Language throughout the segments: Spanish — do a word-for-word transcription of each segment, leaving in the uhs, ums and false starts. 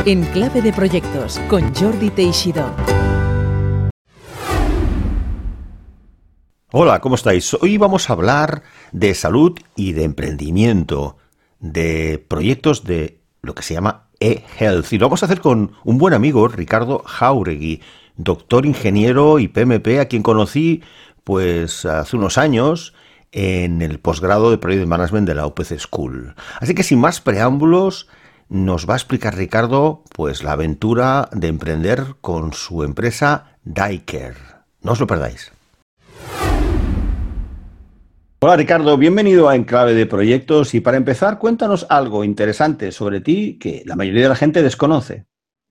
En Clave de Proyectos, con Jordi Teixidó. Hola, ¿cómo estáis? Hoy vamos a hablar de salud y de emprendimiento, de proyectos de lo que se llama eHealth. Y lo vamos a hacer con un buen amigo, Ricardo Jáuregui, doctor ingeniero y P M P, a quien conocí pues hace unos años en el posgrado de Project Management de la U P C School. Así que sin más preámbulos, nos va a explicar Ricardo pues la aventura de emprender con su empresa Daycare. No os lo perdáis. Hola Ricardo, bienvenido a Enclave de Proyectos y para empezar cuéntanos algo interesante sobre ti que la mayoría de la gente desconoce.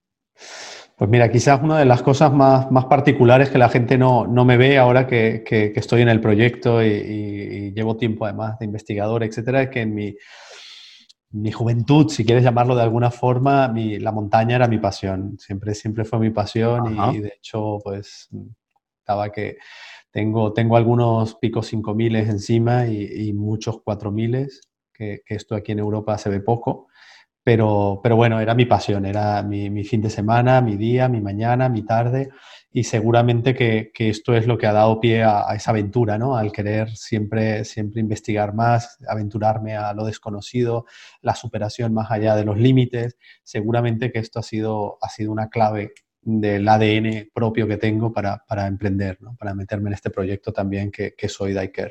Pues mira, quizás una de las cosas más, más particulares que la gente no, no me ve ahora que, que, que estoy en el proyecto y, y, y llevo tiempo además de investigador, etcétera, es que en mi, mi juventud, si quieres llamarlo de alguna forma, mi, la montaña era mi pasión. Siempre, siempre fue mi pasión y, y de hecho pues estaba que... Tengo, tengo algunos picos cinco miles encima y, y muchos cuatro miles, que, que esto aquí en Europa se ve poco, pero, pero bueno, era mi pasión, era mi, mi fin de semana, mi día, mi mañana, mi tarde, y seguramente que, que esto es lo que ha dado pie a, a esa aventura, ¿no? Al querer siempre, siempre investigar más, aventurarme a lo desconocido, la superación más allá de los límites. Seguramente que esto ha sido, ha sido una clave del A D N propio que tengo para, para emprender, ¿no? Para meterme en este proyecto también que, que soy Daycare.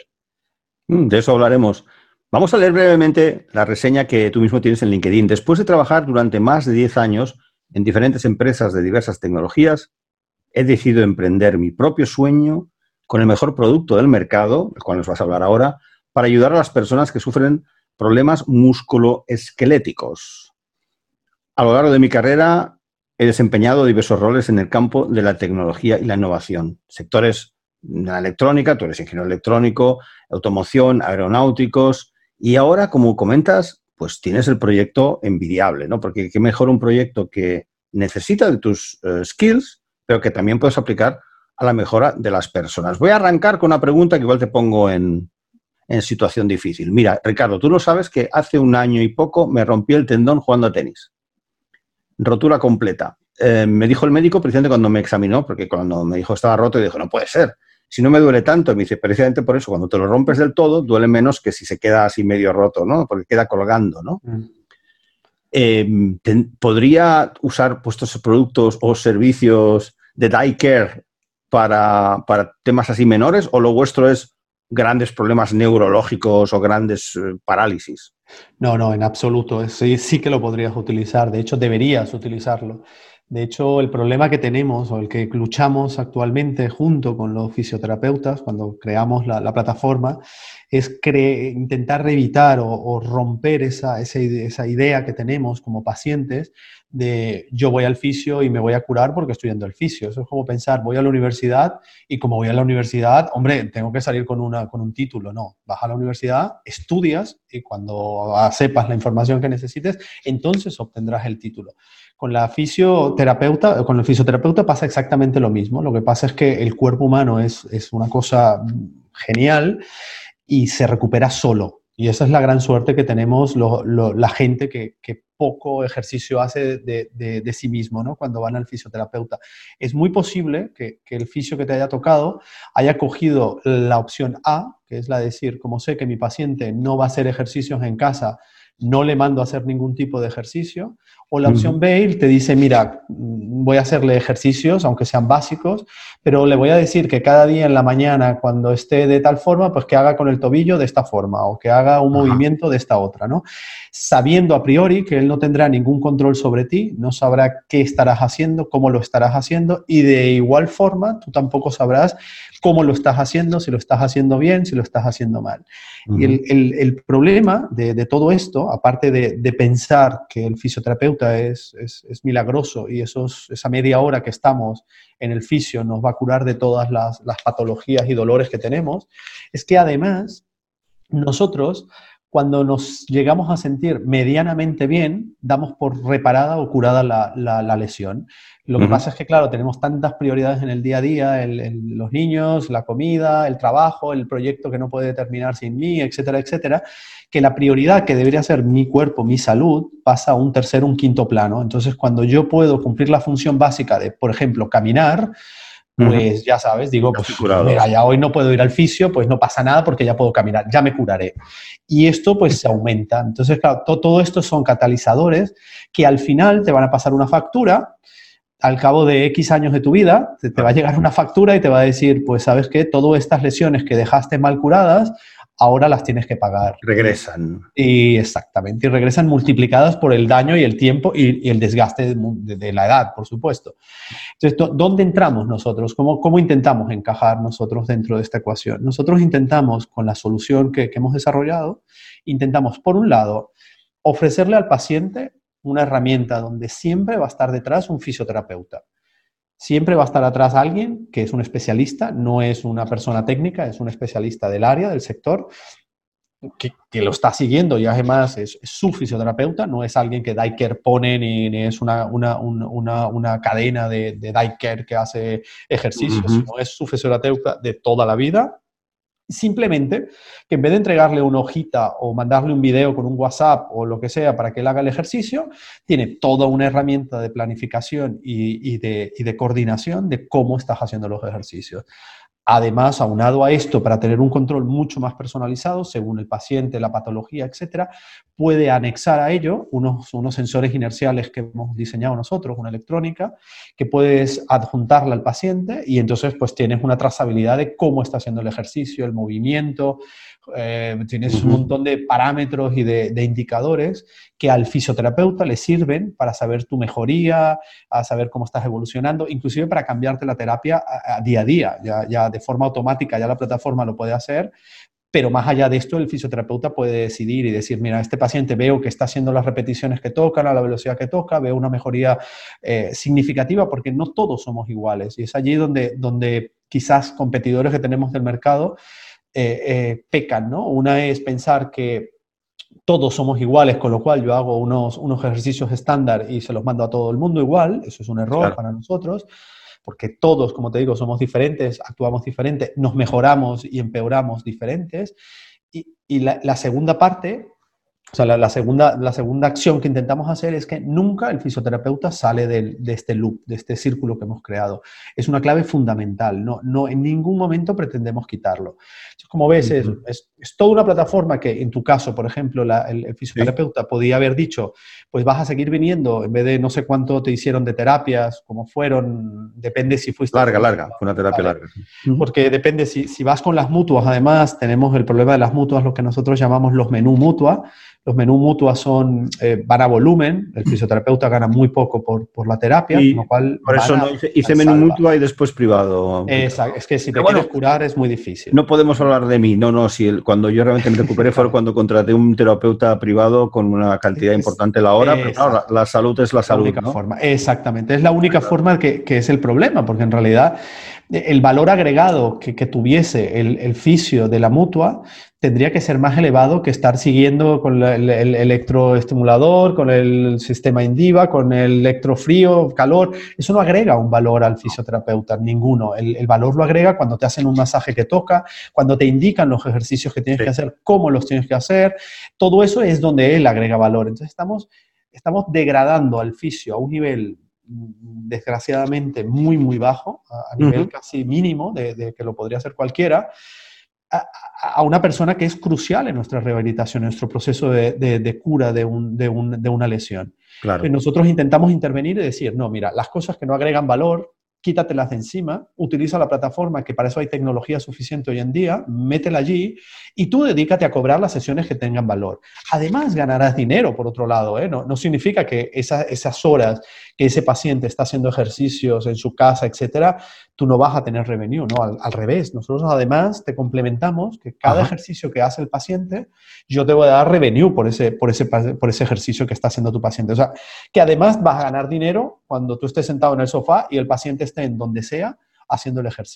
De eso hablaremos. Vamos a leer brevemente la reseña que tú mismo tienes en LinkedIn. Después de trabajar durante más de diez años en diferentes empresas de diversas tecnologías, he decidido emprender mi propio sueño con el mejor producto del mercado, del cual nos vas a hablar ahora, para ayudar a las personas que sufren problemas musculoesqueléticos. A lo largo de mi carrera he desempeñado diversos roles en el campo de la tecnología y la innovación. Sectores de la electrónica, tú eres ingeniero electrónico, automoción, aeronáuticos, y ahora, como comentas, pues tienes el proyecto envidiable, ¿no? Porque qué mejor un proyecto que necesita de tus uh, skills, pero que también puedes aplicar a la mejora de las personas. Voy a arrancar con una pregunta que igual te pongo en, en situación difícil. Mira, Ricardo, tú no sabes que hace un año y poco me rompí el tendón jugando a tenis. Rotura completa. Eh, me dijo el médico precisamente cuando me examinó, porque cuando me dijo estaba roto, y dijo, no puede ser. Si no me duele tanto, me dice, precisamente por eso, cuando te lo rompes del todo, duele menos que si se queda así medio roto, ¿no? Porque queda colgando, ¿no? Mm. Eh, ten, ¿Podría usar vuestros productos o servicios de Daycare para, para temas así menores o lo vuestro es grandes problemas neurológicos o grandes eh, parálisis? No, no, en absoluto. Sí, sí que lo podrías utilizar. De hecho, deberías utilizarlo. De hecho, el problema que tenemos o el que luchamos actualmente junto con los fisioterapeutas cuando creamos la, la plataforma es intentar evitar o, o romper esa, esa, esa idea que tenemos como pacientes de yo voy al fisio y me voy a curar porque estoy yendo al fisio. Eso es como pensar, voy a la universidad y como voy a la universidad, hombre, tengo que salir con, una, con un título. No, vas a la universidad, estudias y cuando sepas la información que necesites, entonces obtendrás el título. Con la fisioterapeuta, con el fisioterapeuta pasa exactamente lo mismo. Lo que pasa es que el cuerpo humano es, es una cosa genial y se recupera solo. Y esa es la gran suerte que tenemos lo, lo, la gente que, que poco ejercicio hace de, de, de sí mismo, ¿no? Cuando van al fisioterapeuta. Es muy posible que, que el fisio que te haya tocado haya cogido la opción A, que es la de decir, como sé que mi paciente no va a hacer ejercicios en casa, no le mando a hacer ningún tipo de ejercicio. O la opción B te dice, mira, voy a hacerle ejercicios, aunque sean básicos, pero le voy a decir que cada día en la mañana, cuando esté de tal forma, pues que haga con el tobillo de esta forma o que haga un Ajá. movimiento de esta otra, ¿no? Sabiendo a priori que él no tendrá ningún control sobre ti, no sabrá qué estarás haciendo, cómo lo estarás haciendo y de igual forma tú tampoco sabrás cómo lo estás haciendo, si lo estás haciendo bien, si lo estás haciendo mal. Uh-huh. Y el, el, el problema de, de todo esto, aparte de, de pensar que el fisioterapeuta es, es, es milagroso y esos, esa media hora que estamos en el fisio nos va a curar de todas las, las patologías y dolores que tenemos, es que además nosotros, cuando nos llegamos a sentir medianamente bien, damos por reparada o curada la, la, la lesión. Lo que uh-huh. pasa es que, claro, tenemos tantas prioridades en el día a día, el, el, los niños, la comida, el trabajo, el proyecto que no puede terminar sin mí, etcétera, etcétera, que la prioridad que debería ser mi cuerpo, mi salud, pasa a un tercer, un quinto plano. Entonces, cuando yo puedo cumplir la función básica de, por ejemplo, caminar, pues ya sabes, digo, pues mira, ya hoy no puedo ir al fisio, pues no pasa nada porque ya puedo caminar, ya me curaré. Y esto pues se aumenta. Entonces, claro, to todo esto son catalizadores que al final te van a pasar una factura. Al cabo de X años de tu vida, te, te va a llegar una factura y te va a decir, pues sabes qué, todas estas lesiones que dejaste mal curadas, ahora las tienes que pagar. Regresan. Y exactamente, y regresan multiplicadas por el daño y el tiempo y, y el desgaste de, de, de la edad, por supuesto. Entonces, ¿dónde entramos nosotros? ¿Cómo, cómo intentamos encajar nosotros dentro de esta ecuación? Nosotros intentamos, con la solución que, que hemos desarrollado, intentamos, por un lado, ofrecerle al paciente una herramienta donde siempre va a estar detrás un fisioterapeuta. Siempre va a estar atrás alguien que es un especialista, no es una persona técnica, es un especialista del área, del sector, que, que lo está siguiendo y además es, es su fisioterapeuta, no es alguien que Daycare pone ni, ni es una, una, una, una cadena de, de Daycare que hace ejercicios, uh-huh. sino es su fisioterapeuta de toda la vida. Simplemente que en vez de entregarle una hojita o mandarle un video con un WhatsApp o lo que sea para que él haga el ejercicio, tiene toda una herramienta de planificación y, y, de, y de coordinación de cómo estás haciendo los ejercicios. Además, aunado a esto, para tener un control mucho más personalizado, según el paciente, la patología, etcétera, puede anexar a ello unos, unos sensores inerciales que hemos diseñado nosotros, una electrónica, que puedes adjuntarla al paciente y entonces pues tienes una trazabilidad de cómo está haciendo el ejercicio, el movimiento, eh, tienes uh-huh. un montón de parámetros y de, de indicadores que al fisioterapeuta le sirven para saber tu mejoría, a saber cómo estás evolucionando, inclusive para cambiarte la terapia a, a día a día, ya, ya de forma automática, ya la plataforma lo puede hacer. Pero más allá de esto, el fisioterapeuta puede decidir y decir, mira, este paciente veo que está haciendo las repeticiones que tocan, a la velocidad que toca, veo una mejoría eh, significativa, porque no todos somos iguales. Y es allí donde, donde quizás competidores que tenemos del mercado eh, eh, pecan, ¿no? Una es pensar que todos somos iguales, con lo cual yo hago unos, unos ejercicios estándar y se los mando a todo el mundo igual. Eso es un error claro. para nosotros. Porque todos, como te digo, somos diferentes, actuamos diferentes, nos mejoramos y empeoramos diferentes. Y, y la, la segunda parte, o sea, la, la, segunda, la segunda acción que intentamos hacer es que nunca el fisioterapeuta sale de, de este loop, de este círculo que hemos creado. Es una clave fundamental, no, no en ningún momento pretendemos quitarlo. Entonces, como ves, es, es, es toda una plataforma que en tu caso, por ejemplo, la, el, el fisioterapeuta sí. podía haber dicho, pues vas a seguir viniendo, en vez de no sé cuánto te hicieron de terapias, como fueron, depende si fuiste... Larga, larga, fue una terapia vale. larga. Porque depende, si, si vas con las mutuas, además tenemos el problema de las mutuas, lo que nosotros llamamos los menú mutua. Los menús mutuas son, eh, van a volumen, el fisioterapeuta gana muy poco por, por la terapia, y con lo cual... Por eso no hice, hice menú mutua y después privado. Exacto, es que si te Pero quieres bueno, curar es muy difícil. No podemos hablar de mí, no, no, si el, cuando yo realmente me recuperé fue cuando contraté un terapeuta privado con una cantidad es, importante la hora, pero claro, la, la salud es la salud, la única ¿no? forma. Exactamente, es la única claro. forma que, que es el problema, porque en realidad el valor agregado que, que tuviese el, el fisio de la mutua tendría que ser más elevado que estar siguiendo con el, el electroestimulador, con el sistema Indiva, con el electrofrío, calor. Eso no agrega un valor al fisioterapeuta, ninguno. El, el valor lo agrega cuando te hacen un masaje que toca, cuando te indican los ejercicios que tienes sí. que hacer, cómo los tienes que hacer. Todo eso es donde él agrega valor. Entonces estamos, estamos degradando al fisio a un nivel desgraciadamente muy, muy bajo, a nivel uh-huh. casi mínimo de, de que lo podría hacer cualquiera, a, a una persona que es crucial en nuestra rehabilitación, en nuestro proceso de, de, de cura de, un, de, un, de una lesión. Claro. Pues nosotros intentamos intervenir y decir, no, mira, las cosas que no agregan valor, quítatelas de encima, utiliza la plataforma, que para eso hay tecnología suficiente hoy en día, métela allí y tú dedícate a cobrar las sesiones que tengan valor. Además, ganarás dinero, por otro lado, ¿eh? No, no significa que esa, esas horas que ese paciente está haciendo ejercicios en su casa, etcétera, tú no vas a tener revenue, ¿no? Al, al revés, nosotros además te complementamos que cada Ajá. ejercicio que hace el paciente, yo te voy a dar revenue por ese, por, ese, por ese ejercicio que está haciendo tu paciente. O sea, que además vas a ganar dinero cuando tú estés sentado en el sofá y el paciente esté en donde sea haciendo el ejercicio.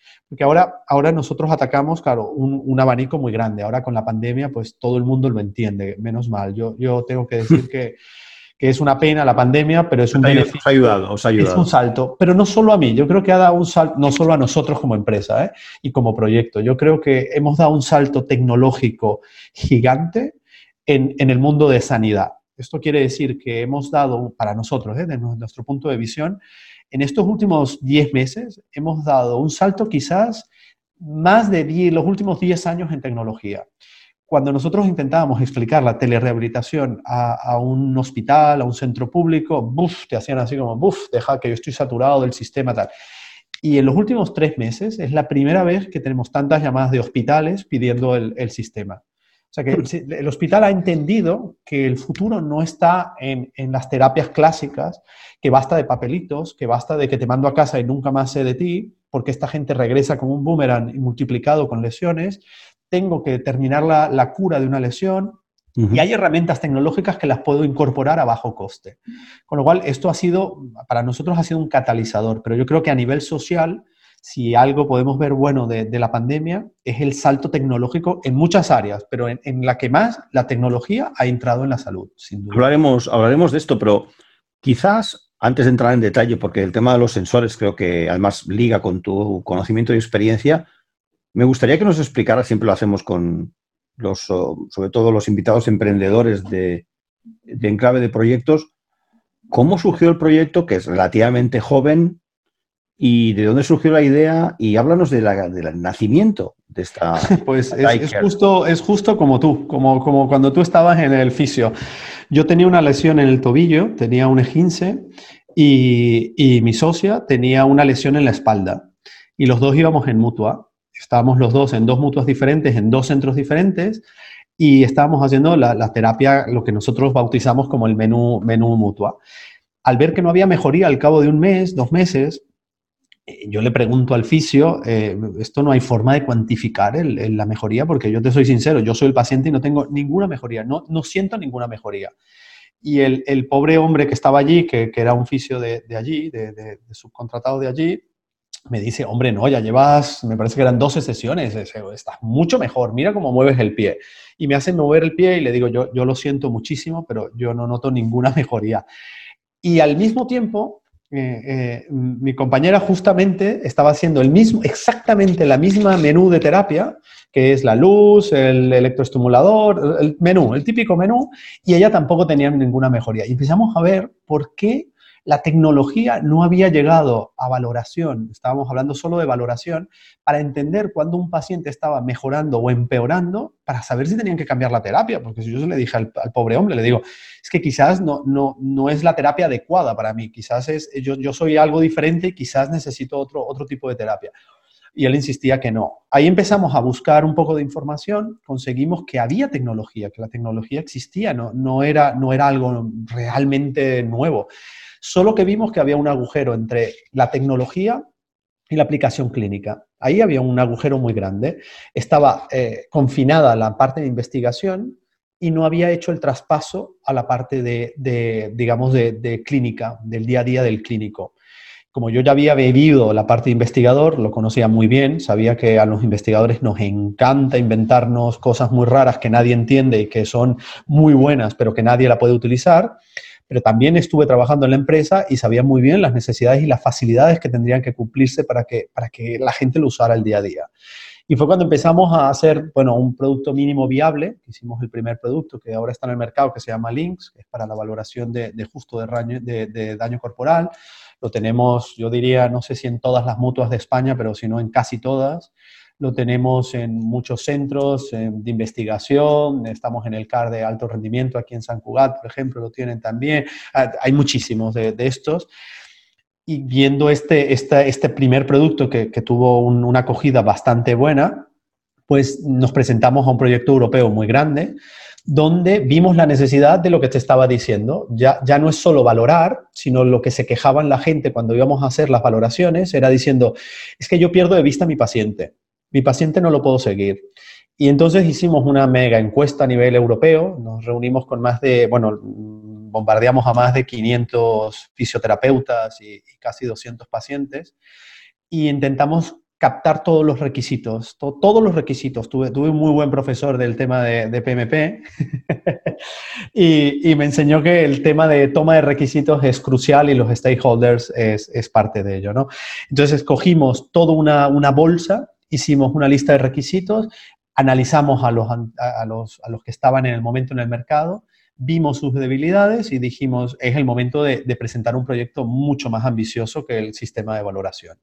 Porque ahora, ahora nosotros atacamos, claro, un, un abanico muy grande. Ahora con la pandemia, pues todo el mundo lo entiende, menos mal. Yo, yo tengo que decir que, que es una pena la pandemia, pero es un beneficio. Os ha ayudado, os ha ayudado. Es un salto, pero no solo a mí. Yo creo que ha dado un salto, no solo a nosotros como empresa, ¿eh? Y como proyecto. Yo creo que hemos dado un salto tecnológico gigante en, en el mundo de sanidad. Esto quiere decir que hemos dado, para nosotros, ¿eh? Desde nuestro punto de visión, en estos últimos diez meses hemos dado un salto quizás más de diez, los últimos diez años en tecnología. Cuando nosotros intentábamos explicar la telerehabilitación a, a un hospital, a un centro público, buf, te hacían así como, buf, deja que yo estoy saturado del sistema tal. Y en los últimos tres meses es la primera vez que tenemos tantas llamadas de hospitales pidiendo el, el sistema. O sea que el hospital ha entendido que el futuro no está en, en las terapias clásicas, que basta de papelitos, que basta de que te mando a casa y nunca más sé de ti, porque esta gente regresa como un boomerang multiplicado con lesiones. Tengo que terminar la, la cura de una lesión. Uh-huh. Y hay herramientas tecnológicas que las puedo incorporar a bajo coste. Con lo cual, esto ha sido, para nosotros ha sido un catalizador, pero yo creo que a nivel social, si algo podemos ver bueno de, de la pandemia, es el salto tecnológico en muchas áreas, pero en, en la que más la tecnología ha entrado en la salud, sin duda. Hablaremos, hablaremos de esto, pero quizás, antes de entrar en detalle, porque el tema de los sensores creo que además liga con tu conocimiento y experiencia, me gustaría que nos explicaras, siempre lo hacemos con los, sobre todo los invitados emprendedores de, de Enclave de Proyectos, cómo surgió el proyecto, que es relativamente joven, y de dónde surgió la idea, y háblanos de la, del nacimiento de esta... Pues es, es, justo, es justo como tú, como, como cuando tú estabas en el fisio. Yo tenía una lesión en el tobillo, tenía un esguince, y, y mi socia tenía una lesión en la espalda. Y los dos íbamos en mutua. Estábamos los dos en dos mutuas diferentes, en dos centros diferentes, y estábamos haciendo la, la terapia, lo que nosotros bautizamos como el menú, menú mutua. Al ver que no había mejoría al cabo de un mes, dos meses, yo le pregunto al fisio, eh, esto no hay forma de cuantificar el, el, la mejoría, porque yo te soy sincero, yo soy el paciente y no tengo ninguna mejoría, no, no siento ninguna mejoría. Y el, el pobre hombre que estaba allí, que, que era un fisio de, de allí, de, de, de subcontratado de allí, me dice, hombre, no, ya llevas, me parece que eran doce sesiones, estás mucho mejor, mira cómo mueves el pie. Y me hace mover el pie y le digo, yo, yo lo siento muchísimo, pero yo no noto ninguna mejoría. Y al mismo tiempo, eh, eh, mi compañera justamente estaba haciendo el mismo, exactamente la misma menú de terapia, que es la luz, el electroestimulador, el menú, el típico menú, y ella tampoco tenía ninguna mejoría. Y empezamos a ver por qué la tecnología no había llegado a valoración, estábamos hablando solo de valoración, para entender cuándo un paciente estaba mejorando o empeorando, para saber si tenían que cambiar la terapia, porque si yo se le dije al, al pobre hombre, le digo, es que quizás no, no, no es la terapia adecuada para mí, quizás es, yo, yo soy algo diferente y quizás necesito otro, otro tipo de terapia. Y él insistía que no. Ahí empezamos a buscar un poco de información, conseguimos que había tecnología, que la tecnología existía, no, no, era, no era algo realmente nuevo. Solo que vimos que había un agujero entre la tecnología y la aplicación clínica. Ahí había un agujero muy grande. Estaba eh, confinada la parte de investigación y no había hecho el traspaso a la parte de, de digamos, de, de clínica, del día a día del clínico. Como yo ya había vivido la parte de investigador, lo conocía muy bien, sabía que a los investigadores nos encanta inventarnos cosas muy raras que nadie entiende y que son muy buenas, pero que nadie la puede utilizar. Pero también estuve trabajando en la empresa y sabía muy bien las necesidades y las facilidades que tendrían que cumplirse para que, para que la gente lo usara el día a día. Y fue cuando empezamos a hacer, bueno, un producto mínimo viable, que hicimos el primer producto que ahora está en el mercado, que se llama Lynx, que es para la valoración de, de justo de, raño, de, de daño corporal. Lo tenemos, yo diría, no sé si en todas las mutuas de España, pero si no en casi todas. Lo tenemos en muchos centros eh, de investigación, estamos en el C A R de alto rendimiento aquí en San Cugat, por ejemplo, lo tienen también. Hay muchísimos de, de estos. Y viendo este, este, este primer producto que, que tuvo un, una acogida bastante buena, pues nos presentamos a un proyecto europeo muy grande, donde vimos la necesidad de lo que te estaba diciendo. Ya, ya no es solo valorar, sino lo que se quejaban la gente cuando íbamos a hacer las valoraciones, era diciendo, es que yo pierdo de vista a mi paciente. Mi paciente no lo puedo seguir. Y entonces hicimos una mega encuesta a nivel europeo, nos reunimos con más de, bueno, bombardeamos a más de quinientos fisioterapeutas y, y casi doscientos pacientes y intentamos captar todos los requisitos, to, todos los requisitos. Tuve, tuve un muy buen profesor del tema de, de P M P y, y me enseñó que el tema de toma de requisitos es crucial y los stakeholders es, es parte de ello, ¿no? Entonces, escogimos toda una, una bolsa, hicimos una lista de requisitos, analizamos a los, a, los, a los que estaban en el momento en el mercado, vimos sus debilidades y dijimos, es el momento de, de presentar un proyecto mucho más ambicioso que el sistema de valoración.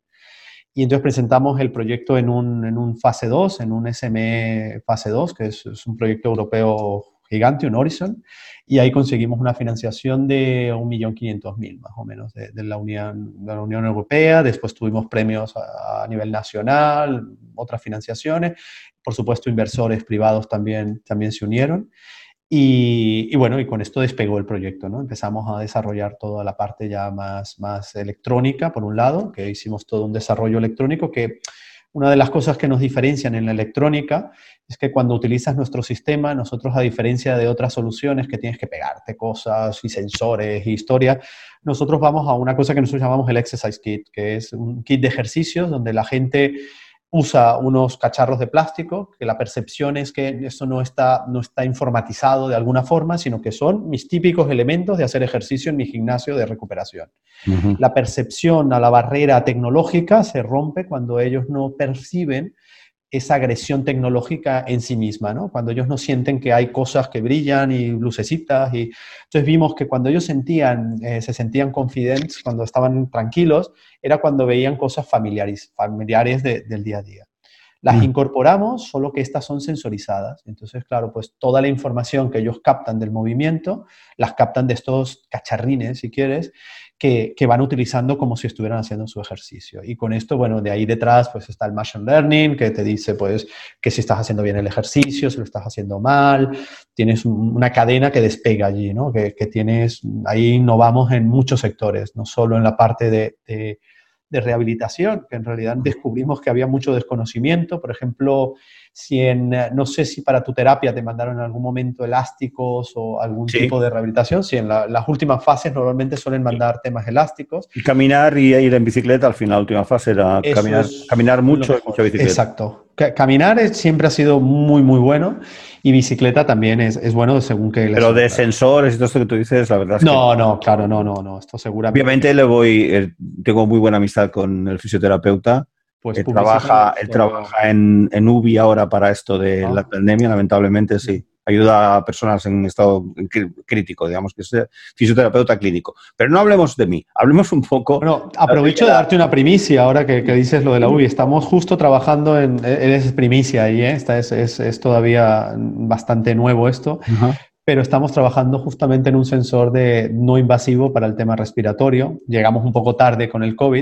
Y entonces presentamos el proyecto en un, en un fase dos, en un S M E fase dos, que es, es un proyecto europeo gigante, un Horizon, y ahí conseguimos una financiación de un millón quinientos mil más o menos de, de, la Unión, de la Unión Europea. Después tuvimos premios a, a nivel nacional, otras financiaciones. Por supuesto, inversores privados también, también se unieron. Y, y bueno, y con esto despegó el proyecto, ¿no? Empezamos a desarrollar toda la parte ya más, más electrónica, por un lado, que hicimos todo un desarrollo electrónico, que una de las cosas que nos diferencian en la electrónica es que cuando utilizas nuestro sistema, nosotros, a diferencia de otras soluciones que tienes que pegarte cosas y sensores y historia, nosotros vamos a una cosa que nosotros llamamos el Exercise Kit, que es un kit de ejercicios donde la gente usa unos cacharros de plástico, que la percepción es que eso no está, no está informatizado de alguna forma, sino que son mis típicos elementos de hacer ejercicio en mi gimnasio de recuperación. Uh-huh. La percepción a la barrera tecnológica se rompe cuando ellos no perciben esa agresión tecnológica en sí misma, ¿no? Cuando ellos no sienten que hay cosas que brillan y lucecitas. Y entonces vimos que cuando ellos sentían, eh, se sentían confidentes, cuando estaban tranquilos, era cuando veían cosas familiares, familiares de, del día a día. Las mm. incorporamos, solo que estas son sensorizadas. Entonces, claro, pues toda la información que ellos captan del movimiento, las captan de estos cacharrines, si quieres, que, que van utilizando como si estuvieran haciendo su ejercicio. Y con esto, bueno, de ahí detrás pues está el Machine Learning, que te dice pues que si estás haciendo bien el ejercicio, si lo estás haciendo mal. Tienes un, una cadena que despega allí, ¿no? Que, que tienes, ahí innovamos en muchos sectores, no solo en la parte de... de de rehabilitación, que en realidad descubrimos que había mucho desconocimiento. Por ejemplo, si en, no sé si para tu terapia te mandaron en algún momento elásticos o algún sí. tipo de rehabilitación. Sí, en la, las últimas fases normalmente suelen mandar temas elásticos. Y caminar y ir en bicicleta, al final la última fase era caminar, caminar mucho y mucha bicicleta. Exacto. Caminar es, siempre ha sido muy, muy bueno, y bicicleta también es, es bueno según que... Pero de sensores y todo esto que tú dices, la verdad es no, que... No, no, claro, no, no, no, esto seguramente... Obviamente le voy, eh, tengo muy buena amistad con el fisioterapeuta. Pues él trabaja, él trabaja en, en U B I ahora para esto de ah. la pandemia, lamentablemente, sí. Ayuda a personas en estado crítico, digamos, que es fisioterapeuta clínico. Pero no hablemos de mí, hablemos un poco... Bueno, aprovecho de darte una primicia ahora que, que dices lo de la U B I. Estamos justo trabajando en... Eres primicia ahí, ¿eh? Esta es, es, es todavía bastante nuevo esto. Uh-huh. Pero estamos trabajando justamente en un sensor de no invasivo para el tema respiratorio. Llegamos un poco tarde con el COVID,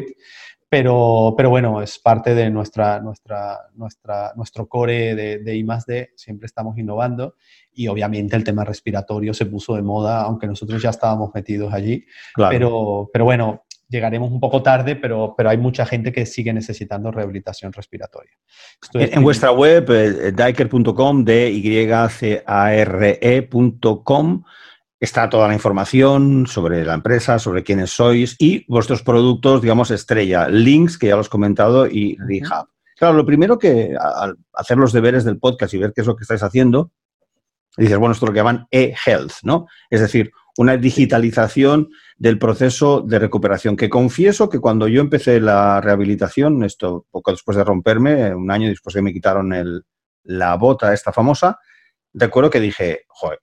pero, pero bueno, es parte de nuestra, nuestra, nuestra, nuestro core de, de I más D. Siempre estamos innovando y obviamente el tema respiratorio se puso de moda, aunque nosotros ya estábamos metidos allí. Claro. Pero, pero bueno, llegaremos un poco tarde, pero, pero hay mucha gente que sigue necesitando rehabilitación respiratoria. Estoy en, en vuestra web, eh, daiker punto com, D Y C A R E punto com, está toda la información sobre la empresa, sobre quiénes sois y vuestros productos, digamos, estrella, Links, que ya lo has comentado, y Rehab. Claro, lo primero que, al hacer los deberes del podcast y ver qué es lo que estáis haciendo, dices, bueno, esto es lo que llaman e-health, ¿no? Es decir, una digitalización del proceso de recuperación, que confieso que cuando yo empecé la rehabilitación, esto poco después de romperme, un año después que me quitaron el, la bota esta famosa, recuerdo que dije, joder,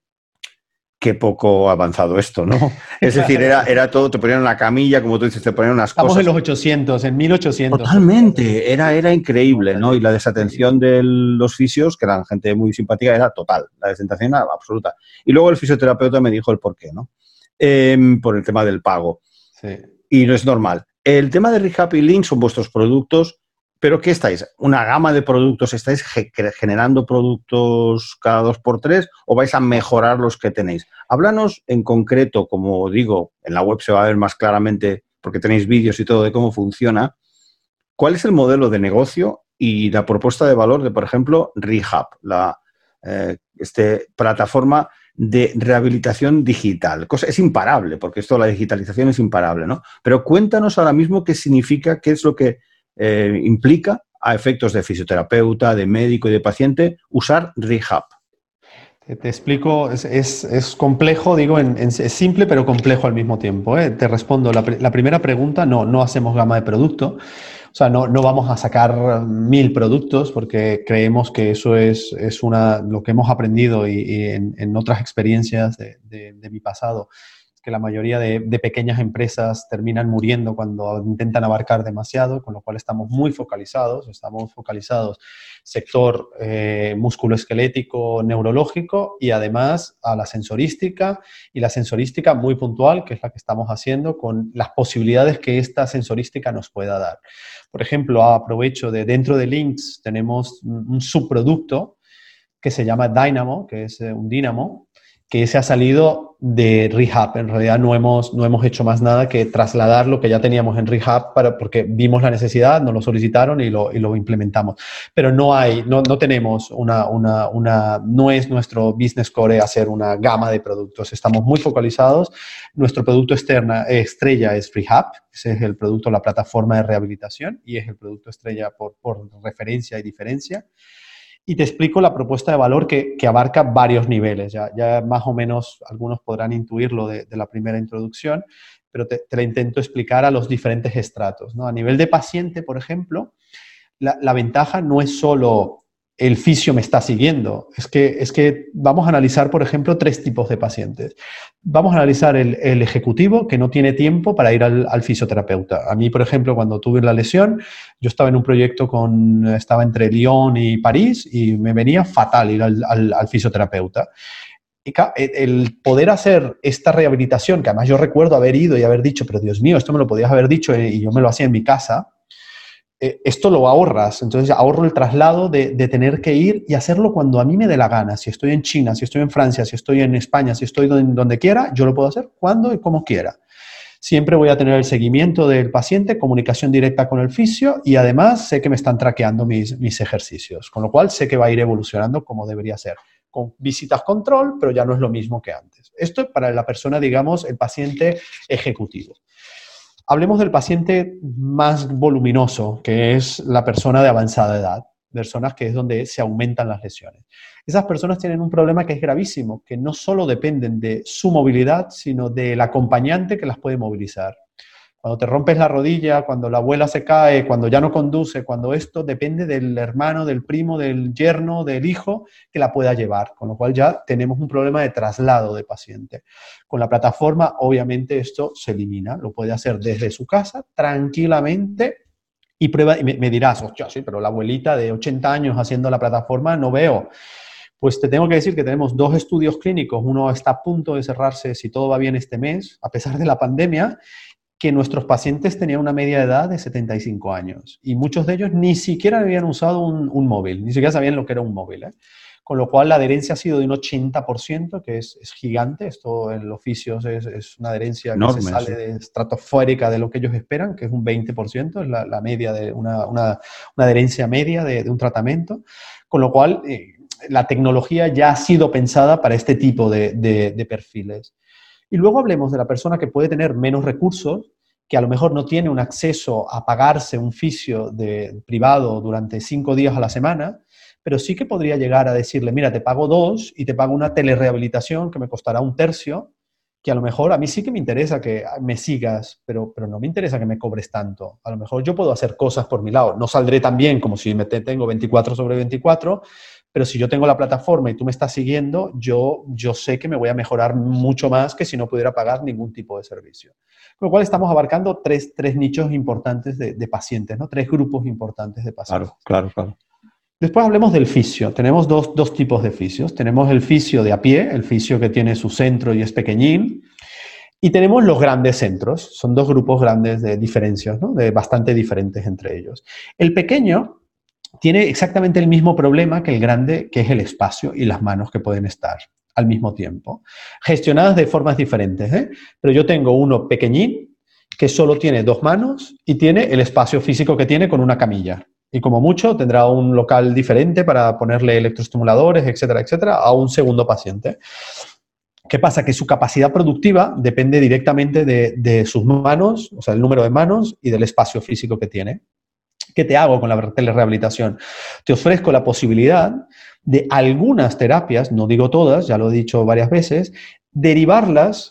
qué poco avanzado esto, ¿no? Es decir, era, era todo, te ponían una camilla, como tú dices, te ponían unas Estamos cosas... Estamos en los ochocientos, en mil ochocientos. Totalmente, era, era increíble, ¿no? Y la desatención de los fisios, que eran gente muy simpática, era total, la desatención era absoluta. Y luego el fisioterapeuta me dijo el por qué, ¿no? Eh, por el tema del pago. Sí. Y no es normal. El tema de Rehab y Link son vuestros productos, pero ¿qué estáis? ¿Una gama de productos? ¿Estáis ge generando productos cada dos por tres o vais a mejorar los que tenéis? Háblanos en concreto, como digo, en la web se va a ver más claramente porque tenéis vídeos y todo de cómo funciona. ¿Cuál es el modelo de negocio y la propuesta de valor de, por ejemplo, Rehab, la eh, este, plataforma de rehabilitación digital? Cosa, es imparable, porque esto, la digitalización es imparable, ¿no? Pero cuéntanos ahora mismo qué significa, qué es lo que... Eh, implica a efectos de fisioterapeuta, de médico y de paciente, usar Rehab? Te, te explico, es, es, es complejo, digo, en, en, es simple pero complejo al mismo tiempo, ¿eh? Te respondo, la, la primera pregunta, no, no hacemos gama de producto, o sea, no, no vamos a sacar mil productos porque creemos que eso es, es una, lo que hemos aprendido y, y en, en otras experiencias de, de, de mi pasado, que la mayoría de, de pequeñas empresas terminan muriendo cuando intentan abarcar demasiado, con lo cual estamos muy focalizados, estamos focalizados sector eh, musculoesquelético, neurológico y además a la sensorística, y la sensorística muy puntual, que es la que estamos haciendo con las posibilidades que esta sensorística nos pueda dar. Por ejemplo, aprovecho de dentro de Lynx tenemos un, un subproducto que se llama Dynamo, que es un dínamo, que se ha salido de Rehab. En realidad no hemos, no hemos hecho más nada que trasladar lo que ya teníamos en Rehab para, porque vimos la necesidad, nos lo solicitaron y lo, y lo implementamos. Pero no hay, no, no tenemos una, una, una, no es nuestro business core hacer una gama de productos. Estamos muy focalizados. Nuestro producto externa, estrella es Rehab, ese es el producto, la plataforma de rehabilitación y es el producto estrella por, por referencia y diferencia. Y te explico la propuesta de valor que, que abarca varios niveles. Ya, ya más o menos algunos podrán intuirlo de, de la primera introducción, pero te, te la intento explicar a los diferentes estratos, ¿no? A nivel de paciente, por ejemplo, la, la ventaja no es solo el fisio me está siguiendo, es que, es que vamos a analizar, por ejemplo, tres tipos de pacientes. Vamos a analizar el, el ejecutivo que no tiene tiempo para ir al, al fisioterapeuta. A mí, por ejemplo, cuando tuve la lesión, yo estaba en un proyecto con, estaba entre Lyon y París y me venía fatal ir al, al, al fisioterapeuta. Y el poder hacer esta rehabilitación, que además yo recuerdo haber ido y haber dicho, pero Dios mío, esto me lo podías haber dicho y yo me lo hacía en mi casa, esto lo ahorras. Entonces ahorro el traslado de, de tener que ir y hacerlo cuando a mí me dé la gana. Si estoy en China, si estoy en Francia, si estoy en España, si estoy donde, donde quiera, yo lo puedo hacer cuando y como quiera. Siempre voy a tener el seguimiento del paciente, comunicación directa con el fisio y además sé que me están traqueando mis, mis ejercicios, con lo cual sé que va a ir evolucionando como debería ser. Con visitas control, pero ya no es lo mismo que antes. Esto es para la persona, digamos, el paciente ejecutivo. Hablemos del paciente más voluminoso, que es la persona de avanzada edad, personas que es donde se aumentan las lesiones. Esas personas tienen un problema que es gravísimo, que no solo dependen de su movilidad, sino del acompañante que las puede movilizar. Cuando te rompes la rodilla, cuando la abuela se cae, cuando ya no conduce, cuando esto depende del hermano, del primo, del yerno, del hijo que la pueda llevar, con lo cual ya tenemos un problema de traslado de paciente. Con la plataforma, obviamente, esto se elimina, lo puede hacer desde su casa tranquilamente y prueba, y me, me dirás, hostia, sí, pero la abuelita de ochenta años haciendo la plataforma no veo. Pues te tengo que decir que tenemos dos estudios clínicos, uno está a punto de cerrarse, si todo va bien este mes, a pesar de la pandemia, que nuestros pacientes tenían una media de edad de setenta y cinco años y muchos de ellos ni siquiera habían usado un, un móvil, ni siquiera sabían lo que era un móvil, ¿eh? Con lo cual la adherencia ha sido de un ochenta por ciento, que es, es gigante. Esto en los fisios es, es una adherencia enorme, que se sale sí. de estratosférica de lo que ellos esperan, que es un veinte por ciento, es la, la media de una, una, una adherencia media de, de un tratamiento, con lo cual eh, la tecnología ya ha sido pensada para este tipo de, de, de perfiles. Y luego hablemos de la persona que puede tener menos recursos, que a lo mejor no tiene un acceso a pagarse un fisio de, privado durante cinco días a la semana, pero sí que podría llegar a decirle, mira, te pago dos y te pago una telerehabilitación que me costará un tercio, que a lo mejor a mí sí que me interesa que me sigas, pero, pero no me interesa que me cobres tanto. A lo mejor yo puedo hacer cosas por mi lado. No saldré tan bien como si me tengo veinticuatro sobre veinticuatro, pero si yo tengo la plataforma y tú me estás siguiendo, yo, yo sé que me voy a mejorar mucho más que si no pudiera pagar ningún tipo de servicio. Con lo cual estamos abarcando tres, tres nichos importantes de, de pacientes, ¿no? Tres grupos importantes de pacientes. Claro, claro, claro. Después hablemos del fisio. Tenemos dos, dos tipos de fisios. Tenemos el fisio de a pie, el fisio que tiene su centro y es pequeñín. Y tenemos los grandes centros. Son dos grupos grandes de diferencias, ¿no? De bastante diferentes entre ellos. El pequeño tiene exactamente el mismo problema que el grande, que es el espacio y las manos que pueden estar al mismo tiempo, gestionadas de formas diferentes, ¿eh? Pero yo tengo uno pequeñín que solo tiene dos manos y tiene el espacio físico que tiene con una camilla. Y como mucho tendrá un local diferente para ponerle electroestimuladores, etcétera, etcétera, a un segundo paciente. ¿Qué pasa? Que su capacidad productiva depende directamente de, de sus manos, o sea, el número de manos y del espacio físico que tiene. ¿Qué te hago con la telerehabilitación? Te ofrezco la posibilidad de algunas terapias, no digo todas, ya lo he dicho varias veces, derivarlas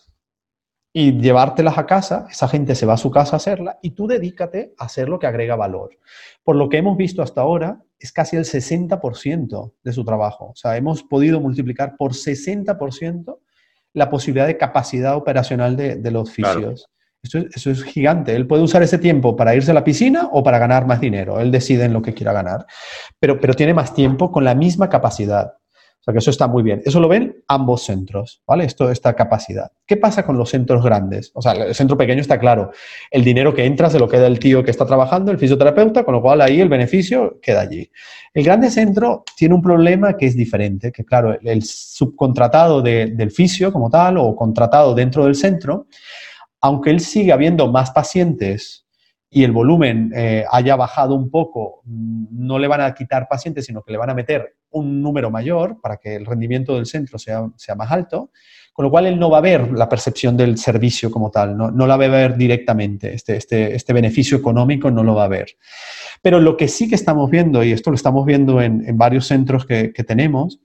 y llevártelas a casa. Esa gente se va a su casa a hacerla y tú dedícate a hacer lo que agrega valor. Por lo que hemos visto hasta ahora, es casi el sesenta por ciento de su trabajo. O sea, hemos podido multiplicar por sesenta por ciento la posibilidad de capacidad operacional de, de los fisios. Claro. Eso es, eso es gigante. Él puede usar ese tiempo para irse a la piscina o para ganar más dinero. Él decide en lo que quiera ganar. Pero, pero tiene más tiempo con la misma capacidad. O sea, que eso está muy bien. Eso lo ven ambos centros, ¿vale? Esto, esta capacidad. ¿Qué pasa con los centros grandes? O sea, el centro pequeño está claro. El dinero que entra se lo queda el tío que está trabajando, el fisioterapeuta, con lo cual ahí el beneficio queda allí. El grande centro tiene un problema que es diferente, que claro, el, el subcontratado de, del fisio como tal o contratado dentro del centro, aunque él sigue habiendo más pacientes y el volumen eh, haya bajado un poco, no le van a quitar pacientes, sino que le van a meter un número mayor para que el rendimiento del centro sea, sea más alto, con lo cual él no va a ver la percepción del servicio como tal, no, no la va a ver directamente, este, este, este beneficio económico no lo va a ver. Pero lo que sí que estamos viendo, y esto lo estamos viendo en, en varios centros que, que tenemos,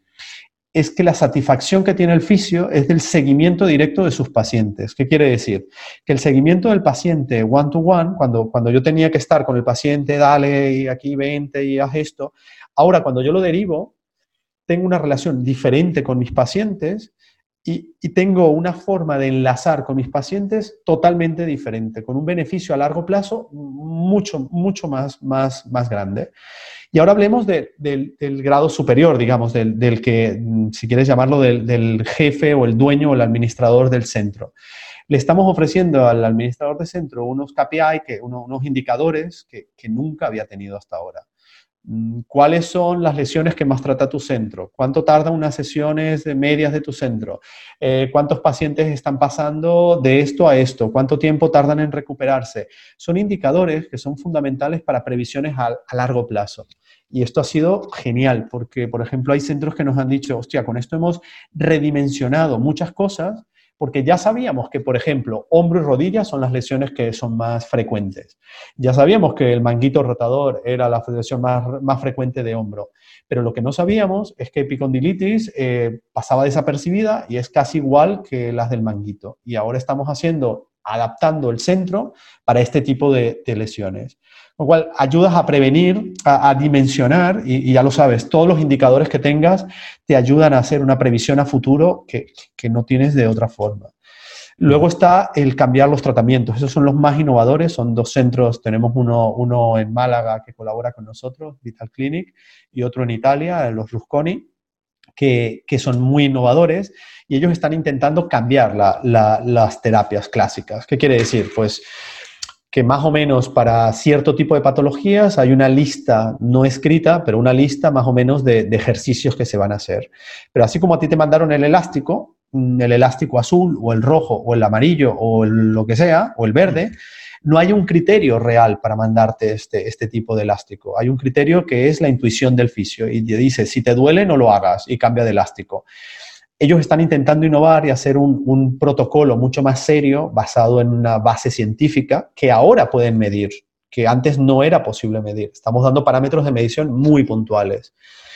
es que la satisfacción que tiene el fisio es del seguimiento directo de sus pacientes. ¿Qué quiere decir? Que el seguimiento del paciente one to one, cuando, cuando yo tenía que estar con el paciente, dale, y aquí vente y haz esto, ahora cuando yo lo derivo, tengo una relación diferente con mis pacientes y, y tengo una forma de enlazar con mis pacientes totalmente diferente, con un beneficio a largo plazo mucho, mucho más, más, más grande. Y ahora hablemos de, de, del grado superior, digamos, del, del que, si quieres llamarlo, del, del jefe o el dueño o el administrador del centro. Le estamos ofreciendo al administrador de centro unos K P I, que, uno, unos indicadores que, que nunca había tenido hasta ahora. ¿Cuáles son las lesiones que más trata tu centro? ¿Cuánto tardan unas sesiones de medias de tu centro? Eh, ¿Cuántos pacientes están pasando de esto a esto? ¿Cuánto tiempo tardan en recuperarse? Son indicadores que son fundamentales para previsiones a, a largo plazo. Y esto ha sido genial porque, por ejemplo, hay centros que nos han dicho, hostia, con esto hemos redimensionado muchas cosas porque ya sabíamos que, por ejemplo, hombro y rodilla son las lesiones que son más frecuentes. Ya sabíamos que el manguito rotador era la lesión más, más frecuente de hombro. Pero lo que no sabíamos es que epicondilitis eh, pasaba desapercibida y es casi igual que las del manguito. Y ahora estamos haciendo, adaptando el centro para este tipo de, de lesiones. Con lo cual, ayudas a prevenir, a, a dimensionar, y, y ya lo sabes, todos los indicadores que tengas te ayudan a hacer una previsión a futuro que, que no tienes de otra forma. Luego está el cambiar los tratamientos. Esos son los más innovadores. Son dos centros. Tenemos uno, uno en Málaga que colabora con nosotros, Vital Clinic, y otro en Italia, los Rusconi, que, que son muy innovadores. Y ellos están intentando cambiar la, la, las terapias clásicas. ¿Qué quiere decir? Pues que más o menos para cierto tipo de patologías hay una lista no escrita, pero una lista más o menos de, de ejercicios que se van a hacer. Pero así como a ti te mandaron el elástico, el elástico azul o el rojo o el amarillo o el, lo que sea, o el verde, no hay un criterio real para mandarte este, este tipo de elástico. Hay un criterio que es la intuición del fisio y te dice, si te duele, no lo hagas y cambia de elástico. Ellos están intentando innovar y hacer un, un protocolo mucho más serio basado en una base científica que ahora pueden medir, que antes no era posible medir. Estamos dando parámetros de medición muy puntuales.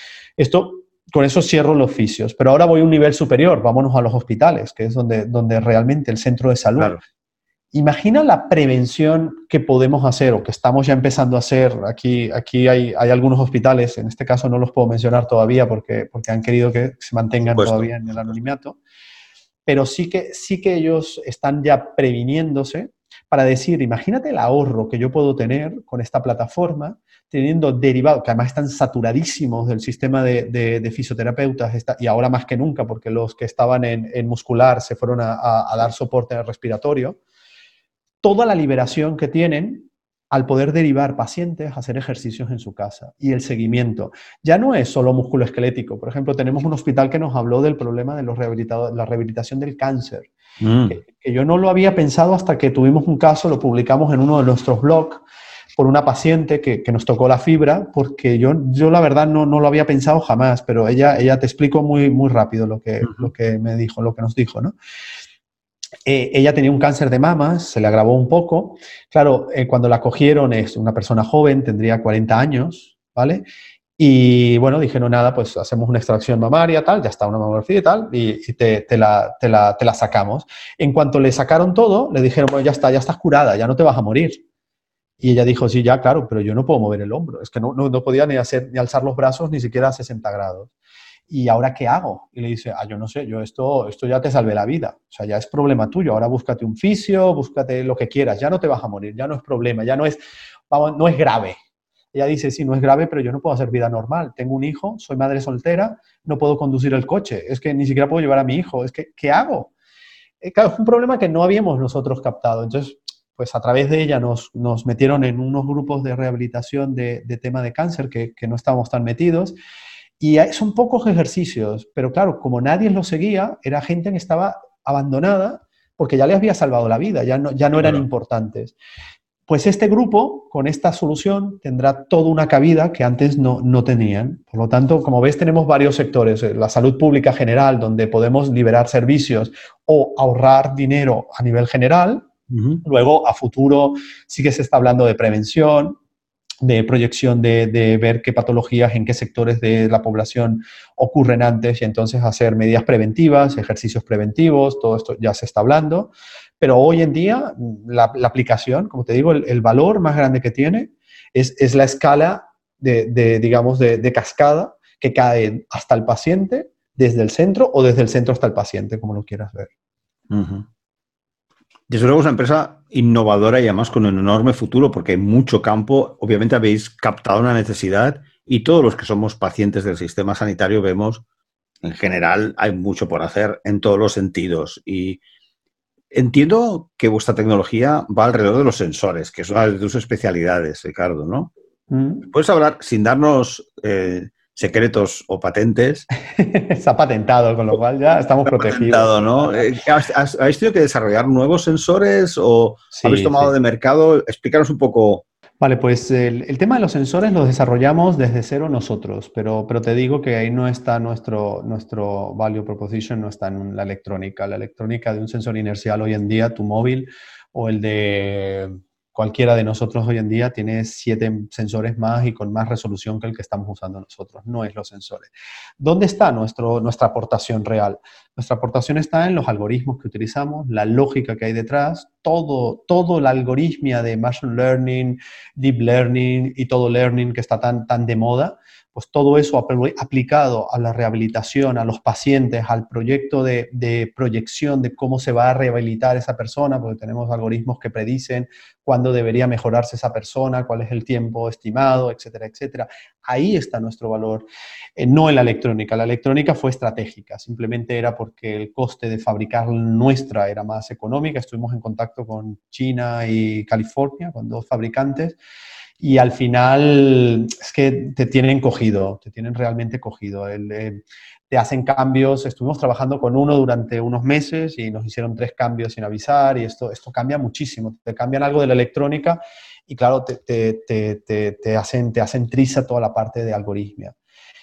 Esto, con eso cierro los fisios. Pero ahora voy a un nivel superior. Vámonos a los hospitales, que es donde, donde realmente el centro de salud. Claro. Imagina la prevención que podemos hacer o que estamos ya empezando a hacer. Aquí, aquí hay, hay algunos hospitales, en este caso no los puedo mencionar todavía porque, porque han querido que se mantengan todavía en el anonimato, pero sí que, sí que ellos están ya previniéndose para decir, imagínate el ahorro que yo puedo tener con esta plataforma, teniendo derivados, que además están saturadísimos del sistema de, de, de fisioterapeutas, está, y ahora más que nunca, porque los que estaban en, en muscular se fueron a, a, a dar soporte respiratorio. Toda la liberación que tienen al poder derivar pacientes a hacer ejercicios en su casa y el seguimiento. Ya no es solo musculoesquelético. Por ejemplo, tenemos un hospital que nos habló del problema de los rehabilitados, la rehabilitación del cáncer, mm. que, que yo no lo había pensado hasta que tuvimos un caso, lo publicamos en uno de nuestros blogs, por una paciente que, que nos tocó la fibra, porque yo, yo la verdad no, no lo había pensado jamás, pero ella, ella te explicó muy, muy rápido lo que, uh-huh. lo que me dijo, lo que nos dijo, ¿no? Eh, ella tenía un cáncer de mamas, se le agravó un poco. Claro, eh, cuando la cogieron es una persona joven, tendría cuarenta años, ¿vale? Y bueno, dijeron, nada, pues hacemos una extracción mamaria, tal, ya está, una mamografía y tal, y, y te, te, la, te, la, te la sacamos. En cuanto le sacaron todo, le dijeron, bueno, ya está, ya estás curada, ya no te vas a morir. Y ella dijo, sí, ya, claro, pero yo no puedo mover el hombro. Es que no, no, no podía ni, hacer, ni alzar los brazos ni siquiera a sesenta grados. ¿Y ahora qué hago? Y le dice, ah, yo no sé, yo esto, esto ya te salvé la vida. O sea, ya es problema tuyo. Ahora búscate un fisio, búscate lo que quieras. Ya no te vas a morir, ya no es problema, ya no es, vamos, no es grave. Ella dice, sí, no es grave, pero yo no puedo hacer vida normal. Tengo un hijo, soy madre soltera, no puedo conducir el coche. Es que ni siquiera puedo llevar a mi hijo. Es que, ¿qué hago? Eh, claro, es un problema que no habíamos nosotros captado. Entonces, pues a través de ella nos, nos metieron en unos grupos de rehabilitación de, de tema de cáncer que, que no estábamos tan metidos. Y son pocos ejercicios, pero claro, como nadie los seguía, era gente que estaba abandonada porque ya le había salvado la vida, ya no, ya no eran importantes. Pues este grupo, con esta solución, tendrá toda una cabida que antes no, no tenían. Por lo tanto, como ves, tenemos varios sectores. La salud pública general, donde podemos liberar servicios o ahorrar dinero a nivel general. Uh-huh. Luego, a futuro, sí que se está hablando de prevención, de proyección de, de ver qué patologías, en qué sectores de la población ocurren antes y entonces hacer medidas preventivas, ejercicios preventivos, todo esto ya se está hablando. Pero hoy en día la, la aplicación, como te digo, el, el valor más grande que tiene es, es la escala de, de digamos, de, de cascada que cae hasta el paciente, desde el centro o desde el centro hasta el paciente, como lo quieras ver. Uh-huh. Desde luego es una empresa innovadora y además con un enorme futuro porque hay mucho campo. Obviamente habéis captado una necesidad y todos los que somos pacientes del sistema sanitario vemos, en general, hay mucho por hacer en todos los sentidos. Y entiendo que vuestra tecnología va alrededor de los sensores, que es una de tus especialidades, Ricardo, ¿no? Mm. ¿Puedes hablar, sin darnos eh, secretos o patentes? Está patentado, con lo cual ya estamos Está protegidos. Patentado, ¿no? ¿Has, ¿Habéis tenido que desarrollar nuevos sensores o sí, habéis tomado sí. de mercado? Explícanos un poco. Vale, pues el, el tema de los sensores los desarrollamos desde cero nosotros, pero, pero te digo que ahí no está nuestro, nuestro value proposition, no está en la electrónica. La electrónica de un sensor inercial hoy en día, tu móvil o el de cualquiera de nosotros hoy en día tiene siete sensores más y con más resolución que el que estamos usando nosotros. No es los sensores. ¿Dónde está nuestro, nuestra aportación real? Nuestra aportación está en los algoritmos que utilizamos, la lógica que hay detrás, todo, todo la algoritmia de Machine Learning, Deep Learning y todo Learning que está tan, tan de moda, pues todo eso aplicado a la rehabilitación, a los pacientes, al proyecto de, de proyección de cómo se va a rehabilitar esa persona, porque tenemos algoritmos que predicen cuándo debería mejorarse esa persona, cuál es el tiempo estimado, etcétera, etcétera. Ahí está nuestro valor, eh, no en la electrónica. La electrónica fue estratégica, simplemente era porque el coste de fabricar nuestra era más económica. Estuvimos en contacto con China y California, con dos fabricantes, y al final es que te tienen cogido, te tienen realmente cogido. El, eh, te hacen cambios. Estuvimos trabajando con uno durante unos meses y nos hicieron tres cambios sin avisar y esto, esto cambia muchísimo. Te cambian algo de la electrónica y claro, te, te, te, te, te, hacen, te hacen triza toda la parte de algoritmia.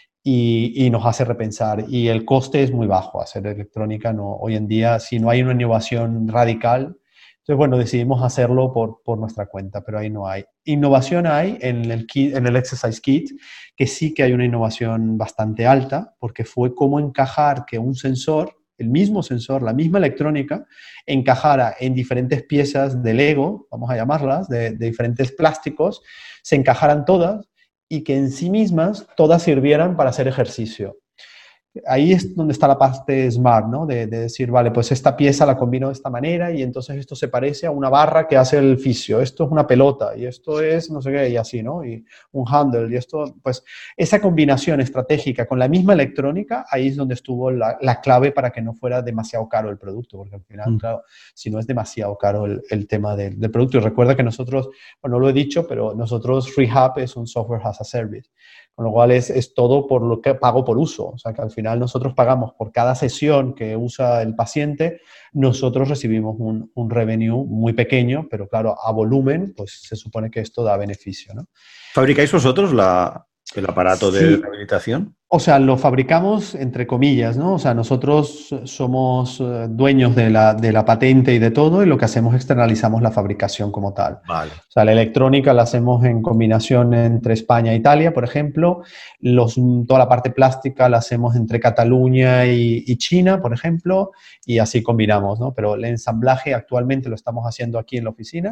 Y, y nos hace repensar. Y el coste es muy bajo hacer electrónica. No, hoy en día, si no hay una innovación radical, entonces, bueno, decidimos hacerlo por, por nuestra cuenta, pero ahí no hay. Innovación hay en el, kit, en el Exercise Kit, que sí que hay una innovación bastante alta, porque fue cómo encajar que un sensor, el mismo sensor, la misma electrónica, encajara en diferentes piezas de Lego, vamos a llamarlas, de, de diferentes plásticos, se encajaran todas y que en sí mismas todas sirvieran para hacer ejercicio. Ahí es donde está la parte smart, ¿no? De, de decir, vale, pues esta pieza la combino de esta manera y entonces esto se parece a una barra que hace el fisio, esto es una pelota y esto es no sé qué y así, ¿no? Y un handle y esto, pues esa combinación estratégica con la misma electrónica, ahí es donde estuvo la, la clave para que no fuera demasiado caro el producto, porque al final, mm. claro, si no es demasiado caro el, el tema del, del producto. Y recuerda que nosotros, bueno, no lo he dicho, pero nosotros Rehab es un software as a service. Con lo cual es, es todo por lo que pago por uso. O sea que al final nosotros pagamos por cada sesión que usa el paciente, nosotros recibimos un, un revenue muy pequeño, pero claro, a volumen, pues se supone que esto da beneficio, ¿no? ¿Fabricáis vosotros la, el aparato sí. de rehabilitación? O sea, lo fabricamos entre comillas, ¿no? O sea, nosotros somos eh, dueños de la, de la patente y de todo, y lo que hacemos es externalizamos la fabricación como tal. Vale. O sea, la electrónica la hacemos en combinación entre España e Italia, por ejemplo. Los, toda la parte plástica la hacemos entre Cataluña y, y China, por ejemplo, y así combinamos, ¿no? Pero el ensamblaje actualmente lo estamos haciendo aquí en la oficina.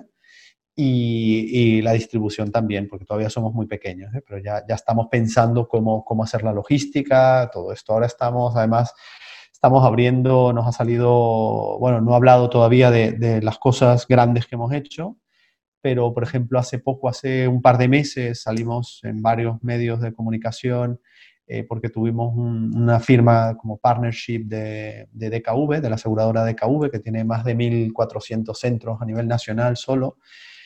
Y, y la distribución también, porque todavía somos muy pequeños, ¿eh? Pero ya, ya estamos pensando cómo, cómo hacer la logística, todo esto. Ahora estamos, además, estamos abriendo, nos ha salido, bueno, no he hablado todavía de, de las cosas grandes que hemos hecho, pero, por ejemplo, hace poco, hace un par de meses, salimos en varios medios de comunicación eh, porque tuvimos un, una firma como partnership de, de D K V, de la aseguradora D K V, que tiene más de mil cuatrocientos centros a nivel nacional solo.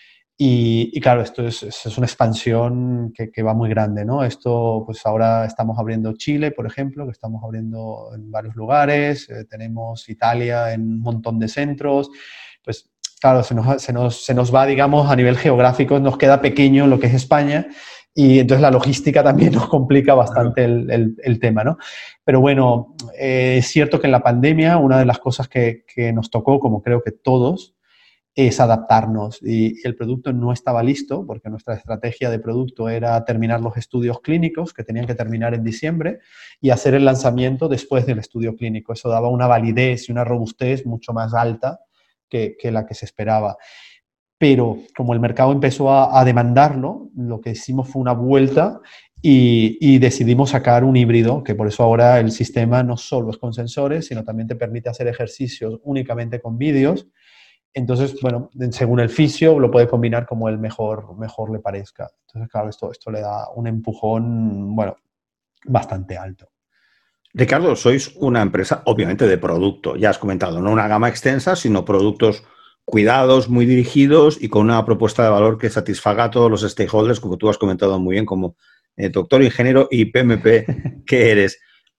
Y, y claro, esto es, es una expansión que, que va muy grande, ¿no? Esto, pues ahora estamos abriendo Chile, por ejemplo, que estamos abriendo en varios lugares, eh, tenemos Italia en un montón de centros, pues claro, se nos, se, nos, se nos va, digamos, a nivel geográfico, nos queda pequeño lo que es España, y entonces la logística también nos complica bastante el, el, el tema, ¿no? Pero bueno, eh, es cierto que en la pandemia una de las cosas que, que nos tocó, como creo que todos, es adaptarnos, y el producto no estaba listo porque nuestra estrategia de producto era terminar los estudios clínicos que tenían que terminar en diciembre y hacer el lanzamiento después del estudio clínico. Eso daba una validez y una robustez mucho más alta que, que la que se esperaba. Pero como el mercado empezó a, a demandarlo, lo que hicimos fue una vuelta y, y decidimos sacar un híbrido, que por eso ahora el sistema no solo es con sensores, sino también te permite hacer ejercicios únicamente con vídeos. Entonces, bueno, según el fisio lo puede combinar como el mejor, mejor le parezca. Entonces, claro, esto, esto le da un empujón, bueno, bastante alto. Ricardo, sois una empresa obviamente de producto, ya has comentado, no una gama extensa, sino productos cuidados, muy dirigidos y con una propuesta de valor que satisfaga a todos los stakeholders, como tú has comentado muy bien, como eh, doctor, ingeniero y P M P que eres.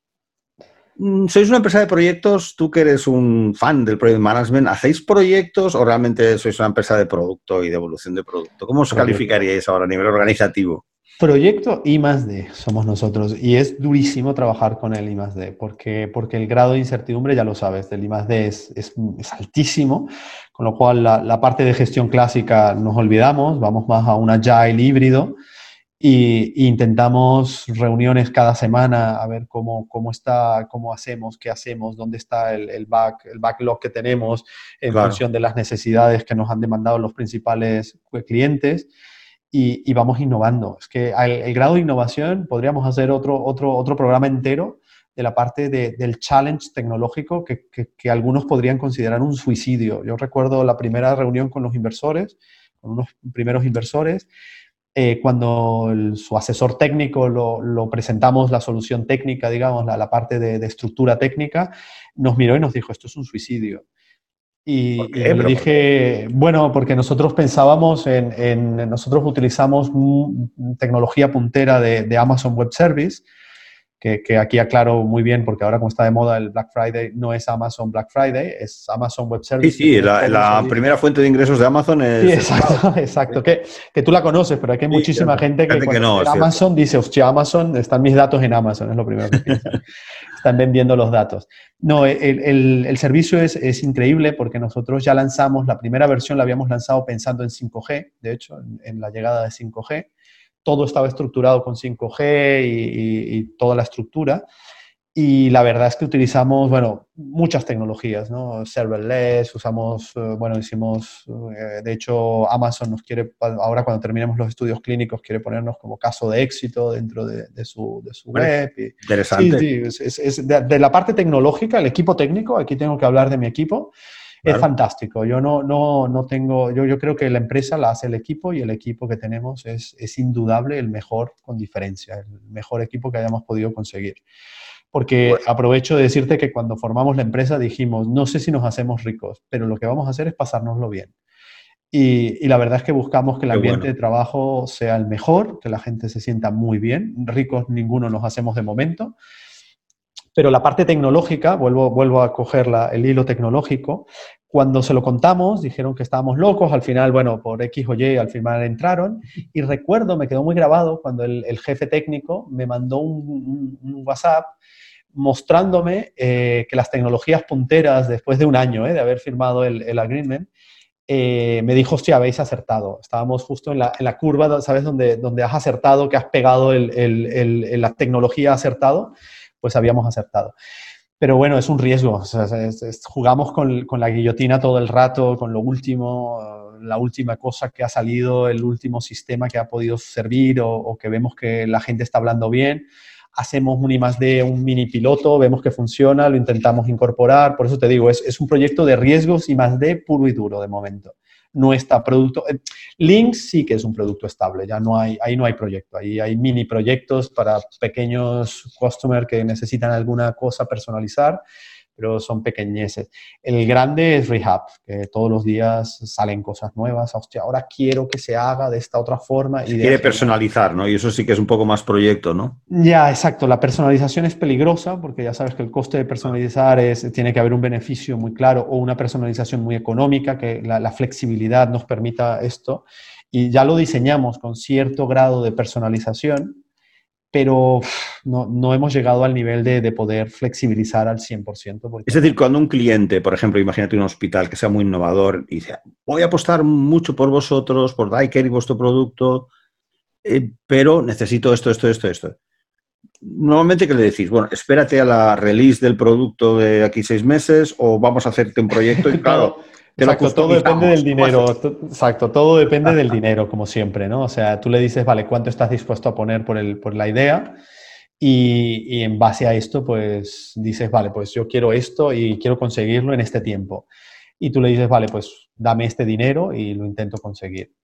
¿Sois una empresa de proyectos? Tú que eres un fan del project management, ¿hacéis proyectos o realmente sois una empresa de producto y de evolución de producto? ¿Cómo os proyecto. calificaríais ahora a nivel organizativo? Proyecto I más D somos nosotros, y es durísimo trabajar con el I más D porque, porque el grado de incertidumbre, ya lo sabes, del I más D es, es, es altísimo, con lo cual la, la parte de gestión clásica nos olvidamos, vamos más a un agile híbrido. Y, y intentamos reuniones cada semana a ver cómo, cómo está, cómo hacemos, qué hacemos, dónde está el, el, back, el backlog que tenemos en claro. función de las necesidades que nos han demandado los principales clientes, y, y vamos innovando. Es que el, el grado de innovación podríamos hacer otro, otro, otro programa entero de la parte de, del challenge tecnológico que, que, que algunos podrían considerar un suicidio. Yo recuerdo la primera reunión con los inversores, con unos primeros inversores, Eh, cuando el, su asesor técnico lo, lo presentamos, la solución técnica, digamos, la, la parte de, de estructura técnica, nos miró y nos dijo, esto es un suicidio. Y, ¿Por qué? y yo le dije, bueno, porque nosotros pensábamos en, en nosotros utilizamos tecnología puntera de, de Amazon Web Service, que, que aquí aclaro muy bien, porque ahora como está de moda el Black Friday, no es Amazon Black Friday, es Amazon Web Service. Sí, sí, la, la primera fuente de ingresos de Amazon es... Sí, exacto, exacto. Que, que tú la conoces, pero hay que sí, muchísima claro. gente que, gente que no, Amazon dice, hostia, Amazon, están mis datos en Amazon, es lo primero que piensan. Están vendiendo los datos. No, el, el, el servicio es, es increíble porque nosotros ya lanzamos, la primera versión la habíamos lanzado pensando en cinco G, de hecho, en, en la llegada de cinco G. Todo estaba estructurado con cinco G y, y, y toda la estructura. Y la verdad es que utilizamos, bueno, muchas tecnologías, ¿no? Serverless, usamos, bueno, hicimos, de hecho, Amazon nos quiere, ahora cuando terminemos los estudios clínicos, quiere ponernos como caso de éxito dentro de, de su, de su bueno, web. Y, interesante. Sí, sí, es, es, es de, de la parte tecnológica, el equipo técnico, aquí tengo que hablar de mi equipo, claro. Es fantástico. Yo no, no, no tengo, yo, yo creo que la empresa la hace el equipo, y el equipo que tenemos es, es indudable el mejor con diferencia, el mejor equipo que hayamos podido conseguir. Porque bueno. aprovecho de decirte que cuando formamos la empresa dijimos, no sé si nos hacemos ricos, pero lo que vamos a hacer es pasárnoslo bien. Y, y la verdad es que buscamos que el ambiente bueno. de trabajo sea el mejor, que la gente se sienta muy bien. Ricos ninguno nos hacemos de momento, Pero la parte tecnológica, vuelvo, vuelvo a coger la, el hilo tecnológico, cuando se lo contamos, dijeron que estábamos locos, al final, bueno, por X o Y, al final entraron, y recuerdo, me quedó muy grabado, cuando el, el jefe técnico me mandó un, un, un WhatsApp mostrándome eh, que las tecnologías punteras, después de un año eh, de haber firmado el, el agreement, eh, me dijo, hostia, habéis acertado. Estábamos justo en la, en la curva, ¿sabes? Donde, donde has acertado, que has pegado el, el, el, el, la tecnología acertado, pues habíamos acertado. Pero bueno, es un riesgo. O sea, es, es, jugamos con, con la guillotina todo el rato, con lo último, la última cosa que ha salido, el último sistema que ha podido servir o, o que vemos que la gente está hablando bien. Hacemos un I más D, un mini piloto, vemos que funciona, lo intentamos incorporar. Por eso te digo, es, es un proyecto de riesgos I más D puro y duro de momento. No está producto... Eh, Lynx sí que es un producto estable, ya no hay, ahí no hay proyecto, ahí hay mini proyectos para pequeños customers que necesitan alguna cosa personalizar, pero son pequeñeces. El grande es Rehab, que todos los días salen cosas nuevas. Hostia, ahora quiero que se haga de esta otra forma. Se quiere personalizar, ¿no? Y eso sí que es un poco más proyecto, ¿no? Ya, exacto. La personalización es peligrosa porque ya sabes que el coste de personalizar es, tiene que haber un beneficio muy claro o una personalización muy económica, que la, la flexibilidad nos permita esto. Y ya lo diseñamos con cierto grado de personalización, pero no, no hemos llegado al nivel de, de poder flexibilizar al cien por ciento. Porque... Es decir, cuando un cliente, por ejemplo, imagínate un hospital que sea muy innovador y dice, voy a apostar mucho por vosotros, por Daiker y vuestro producto, eh, pero necesito esto, esto, esto, esto. Normalmente, ¿qué le decís? Bueno, espérate a la release del producto de aquí seis meses o vamos a hacerte un proyecto y claro... Exacto, todo depende del dinero. Exacto, todo depende del dinero, como siempre, ¿no? O sea, tú le dices, vale, ¿cuánto estás dispuesto a poner por, el, por la idea? Y, y en base a esto, pues dices, vale, pues yo quiero esto y quiero conseguirlo en este tiempo. Y tú le dices, vale, pues dame este dinero y lo intento conseguir.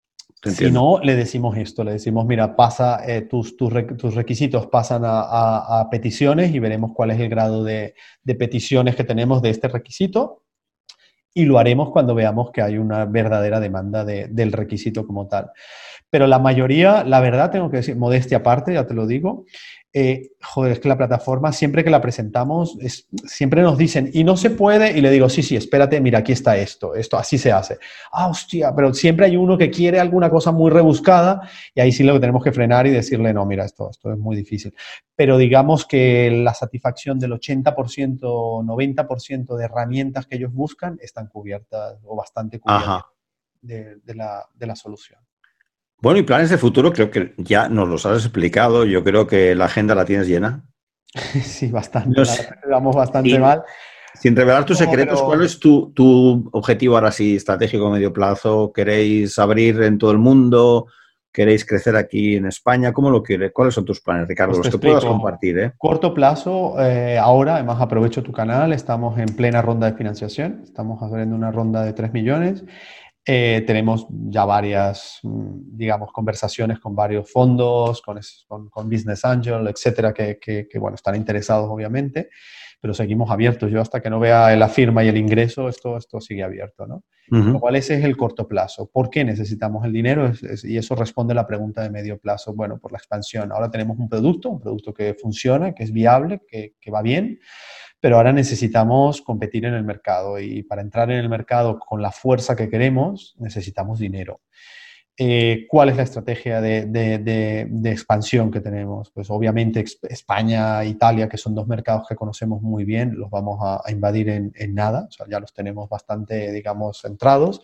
Si no, le decimos esto, le decimos, mira, pasa, eh, tus, tus, tus requisitos pasan a, a, a peticiones y veremos cuál es el grado de, de peticiones que tenemos de este requisito. Y lo haremos cuando veamos que hay una verdadera demanda de, del requisito como tal. Pero la mayoría, la verdad, tengo que decir, modestia aparte, ya te lo digo, eh, joder, es que la plataforma, siempre que la presentamos, es, siempre nos dicen, y no se puede, y le digo, sí, sí, espérate, mira, aquí está esto, esto, así se hace. Ah, hostia, pero siempre hay uno que quiere alguna cosa muy rebuscada, y ahí sí lo tenemos que frenar y decirle, no, mira, esto, esto es muy difícil. Pero digamos que la satisfacción del ochenta por ciento, noventa por ciento de herramientas que ellos buscan están cubiertas, o bastante cubiertas de, de, la, de la solución. Bueno, y planes de futuro creo que ya nos los has explicado. Yo creo que la agenda la tienes llena. Sí, bastante. No sé. Vamos bastante sin, mal. Sin revelar tus no, secretos, pero... ¿cuál es tu, tu objetivo ahora sí, estratégico a medio plazo? ¿Queréis abrir en todo el mundo? ¿Queréis crecer aquí en España? ¿Cómo lo quieres? ¿Cuáles son tus planes, Ricardo? Pues los que explico. Puedas compartir, ¿eh? Corto plazo, eh, ahora, además aprovecho tu canal, estamos en plena ronda de financiación. Estamos abriendo una ronda de tres millones. Eh, tenemos ya varias, digamos, conversaciones con varios fondos, con, con, con Business Angel, etcétera, que, que, que, bueno, están interesados, obviamente, pero seguimos abiertos. Yo hasta que no vea la firma y el ingreso, esto, esto sigue abierto, ¿no? Uh-huh. Lo cual ese es el corto plazo. ¿Por qué necesitamos el dinero? Es, es, y eso responde a la pregunta de medio plazo. Bueno, por la expansión. Ahora tenemos un producto, un producto que funciona, que es viable, que, que va bien, pero ahora necesitamos competir en el mercado y para entrar en el mercado con la fuerza que queremos necesitamos dinero. Eh, ¿Cuál es la estrategia de, de, de, de expansión que tenemos? Pues obviamente España e Italia, que son dos mercados que conocemos muy bien, los vamos a, a invadir en, en nada, o sea, ya los tenemos bastante, digamos, centrados.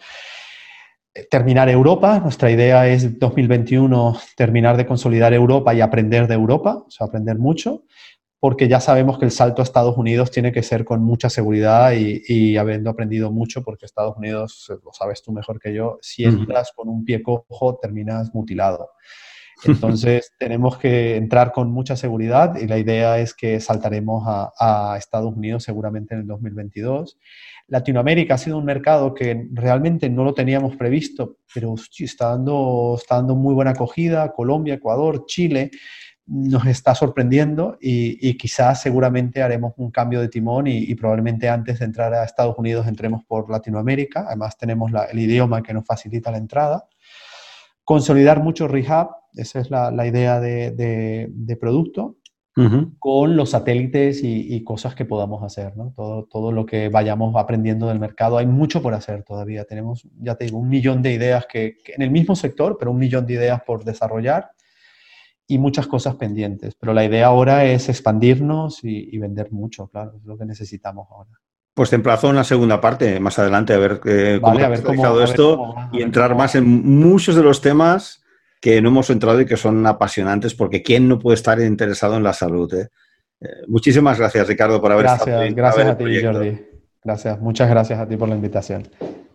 Terminar Europa, nuestra idea es dos mil veintiuno terminar de consolidar Europa y aprender de Europa, o sea, aprender mucho, porque ya sabemos que el salto a Estados Unidos tiene que ser con mucha seguridad y, y habiendo aprendido mucho, porque Estados Unidos, lo sabes tú mejor que yo, si entras con un pie cojo, terminas mutilado. Entonces, tenemos que entrar con mucha seguridad y la idea es que saltaremos a, a Estados Unidos seguramente en el dos mil veintidós. Latinoamérica ha sido un mercado que realmente no lo teníamos previsto, pero hostia, está dando, está dando muy buena acogida. Colombia, Ecuador, Chile nos está sorprendiendo y, y quizás seguramente haremos un cambio de timón y, y probablemente antes de entrar a Estados Unidos entremos por Latinoamérica. Además tenemos la, el idioma que nos facilita la entrada. Consolidar mucho Rehab, esa es la, la idea de, de, de producto. uh-huh. con los satélites y, y cosas que podamos hacer, ¿no? Todo, todo lo que vayamos aprendiendo del mercado. Hay mucho por hacer todavía. Tenemos, ya te digo, un millón de ideas que, que en el mismo sector, pero un millón de ideas por desarrollar y muchas cosas pendientes. Pero la idea ahora es expandirnos y, y vender mucho, claro, es lo que necesitamos ahora. Pues te emplazo en la segunda parte, más adelante, a ver eh, cómo vale, has realizado esto va, y entrar más va. en muchos de los temas que no hemos entrado y que son apasionantes, porque ¿quién no puede estar interesado en la salud? Eh? Eh, muchísimas gracias, Ricardo, por haber gracias, estado. Gracias a ti, Jordi. Gracias, muchas gracias a ti por la invitación.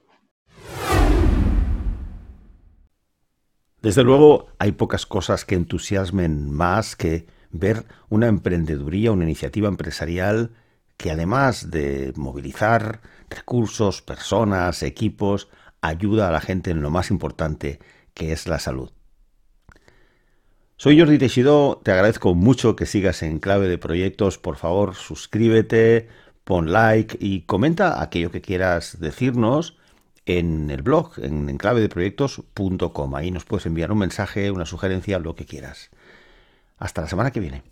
Desde luego, hay pocas cosas que entusiasmen más que ver una emprendeduría, una iniciativa empresarial que además de movilizar recursos, personas, equipos, ayuda a la gente en lo más importante, que es la salud. Soy Jordi Teixidó, te agradezco mucho que sigas en Clave de Proyectos. Por favor, suscríbete, pon like y comenta aquello que quieras decirnos en el blog, en enclave de proyectos punto com. Ahí nos puedes enviar un mensaje, una sugerencia, lo que quieras. Hasta la semana que viene.